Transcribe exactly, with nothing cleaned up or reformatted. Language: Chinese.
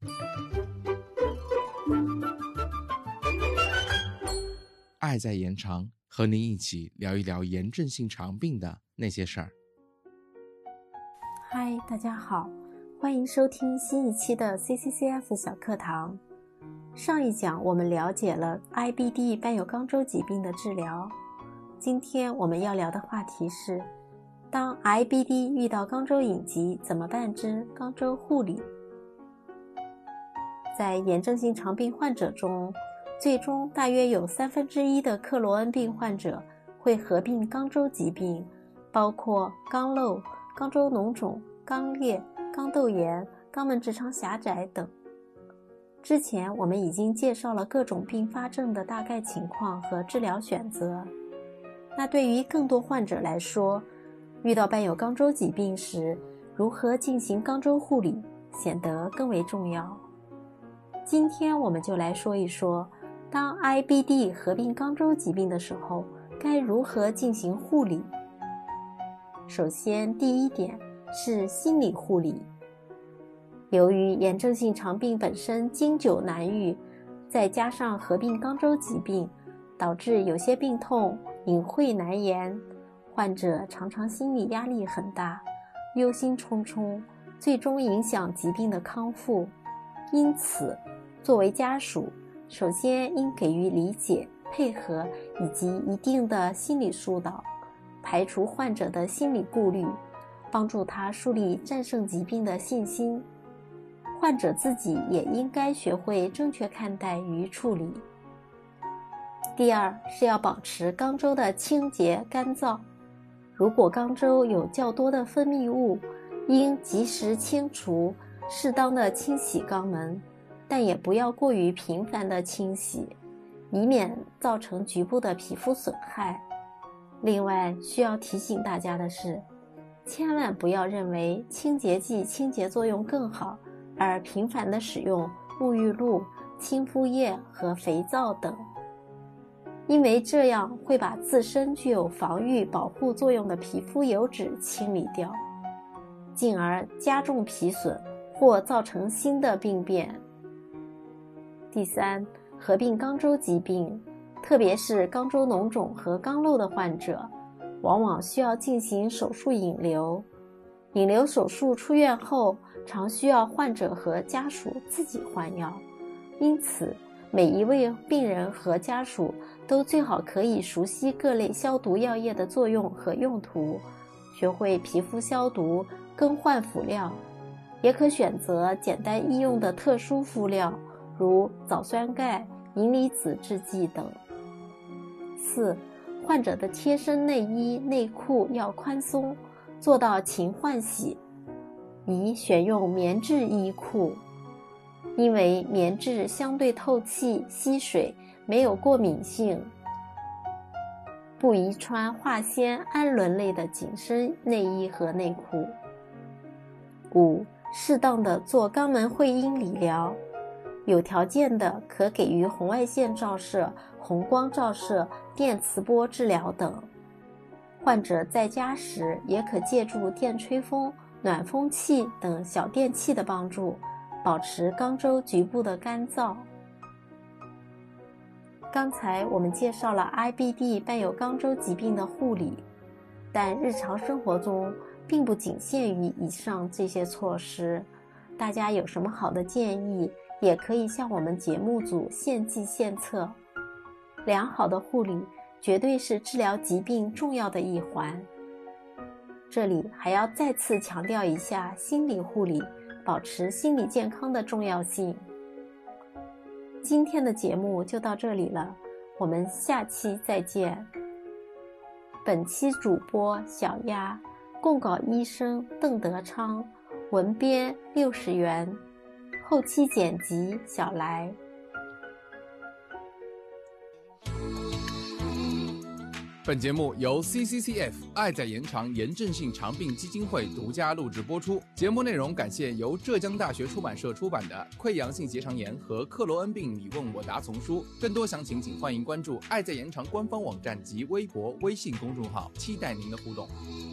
爱在延长，和您一起聊一聊炎症性肠病的那些事儿。 嗨，大家好，欢迎收听新一期的 C C C F 小课堂。上一讲我们了解了 I B D 伴有肛周疾病的治疗，今天我们要聊的话题是当 I B D 遇到肛周隐疾怎么办之肛周护理。在炎症性肠病患者中，最终大约有三分之一的克罗恩病患者会合并肛周疾病，包括肛瘘、肛周脓肿、肛裂、肛窦炎、肛门直肠狭窄等。之前我们已经介绍了各种并发症的大概情况和治疗选择。那对于更多患者来说，遇到伴有肛周疾病时，如何进行肛周护理显得更为重要。今天我们就来说一说当 I B D 合并肛周疾病的时候，该如何进行护理。首先，第一点是心理护理。由于炎症性肠病本身经久难愈，再加上合并肛周疾病，导致有些病痛隐晦难言，患者常常心理压力很大，忧心忡忡，最终影响疾病的康复。因此，作为家属，首先应给予理解、配合以及一定的心理疏导，排除患者的心理顾虑，帮助他树立战胜疾病的信心。患者自己也应该学会正确看待与处理。第二是要保持肛周的清洁干燥，如果肛周有较多的分泌物，应及时清除，适当的清洗肛门，但也不要过于频繁的清洗，以免造成局部的皮肤损害。另外需要提醒大家的是，千万不要认为清洁剂清洁作用更好，而频繁的使用沐浴露、亲肤液和肥皂等，因为这样会把自身具有防御保护作用的皮肤油脂清理掉，进而加重皮损或造成新的病变。第三，合并肛周疾病，特别是肛周脓肿和肛瘘的患者，往往需要进行手术引流。引流手术出院后，常需要患者和家属自己换药，因此每一位病人和家属都最好可以熟悉各类消毒药液的作用和用途，学会皮肤消毒、更换辅料，也可选择简单易用的特殊敷料，如藻酸钙、银离子制剂等。四、患者的贴身内衣、内裤要宽松，做到勤换洗，宜选用棉质衣裤，因为棉质相对透气、吸水，没有过敏性。不宜穿化纤、氨纶类的紧身内衣和内裤。五、适当的做肛门会阴理疗，有条件的可给予红外线照射、红光照射、电磁波治疗等。患者在家时也可借助电吹风、暖风器等小电器的帮助，保持肛周局部的干燥。刚才我们介绍了 I B D 伴有肛周疾病的护理，但日常生活中并不仅限于以上这些措施。大家有什么好的建议，也可以向我们节目组献计献策。良好的护理绝对是治疗疾病重要的一环。这里还要再次强调一下心理护理，保持心理健康的重要性。今天的节目就到这里了，我们下期再见。本期主播小丫，供稿医生邓德昌，文编六十元，后期剪辑小来。 本节目由 C C C F 爱在延长炎症性肠病基金会独家录制播出。节目内容感谢由浙江大学出版社出版的《溃疡性结肠炎和克罗恩病你问我答》丛书。更多详情请欢迎关注爱在延长官方网站及微博、微信公众号，期待您的互动。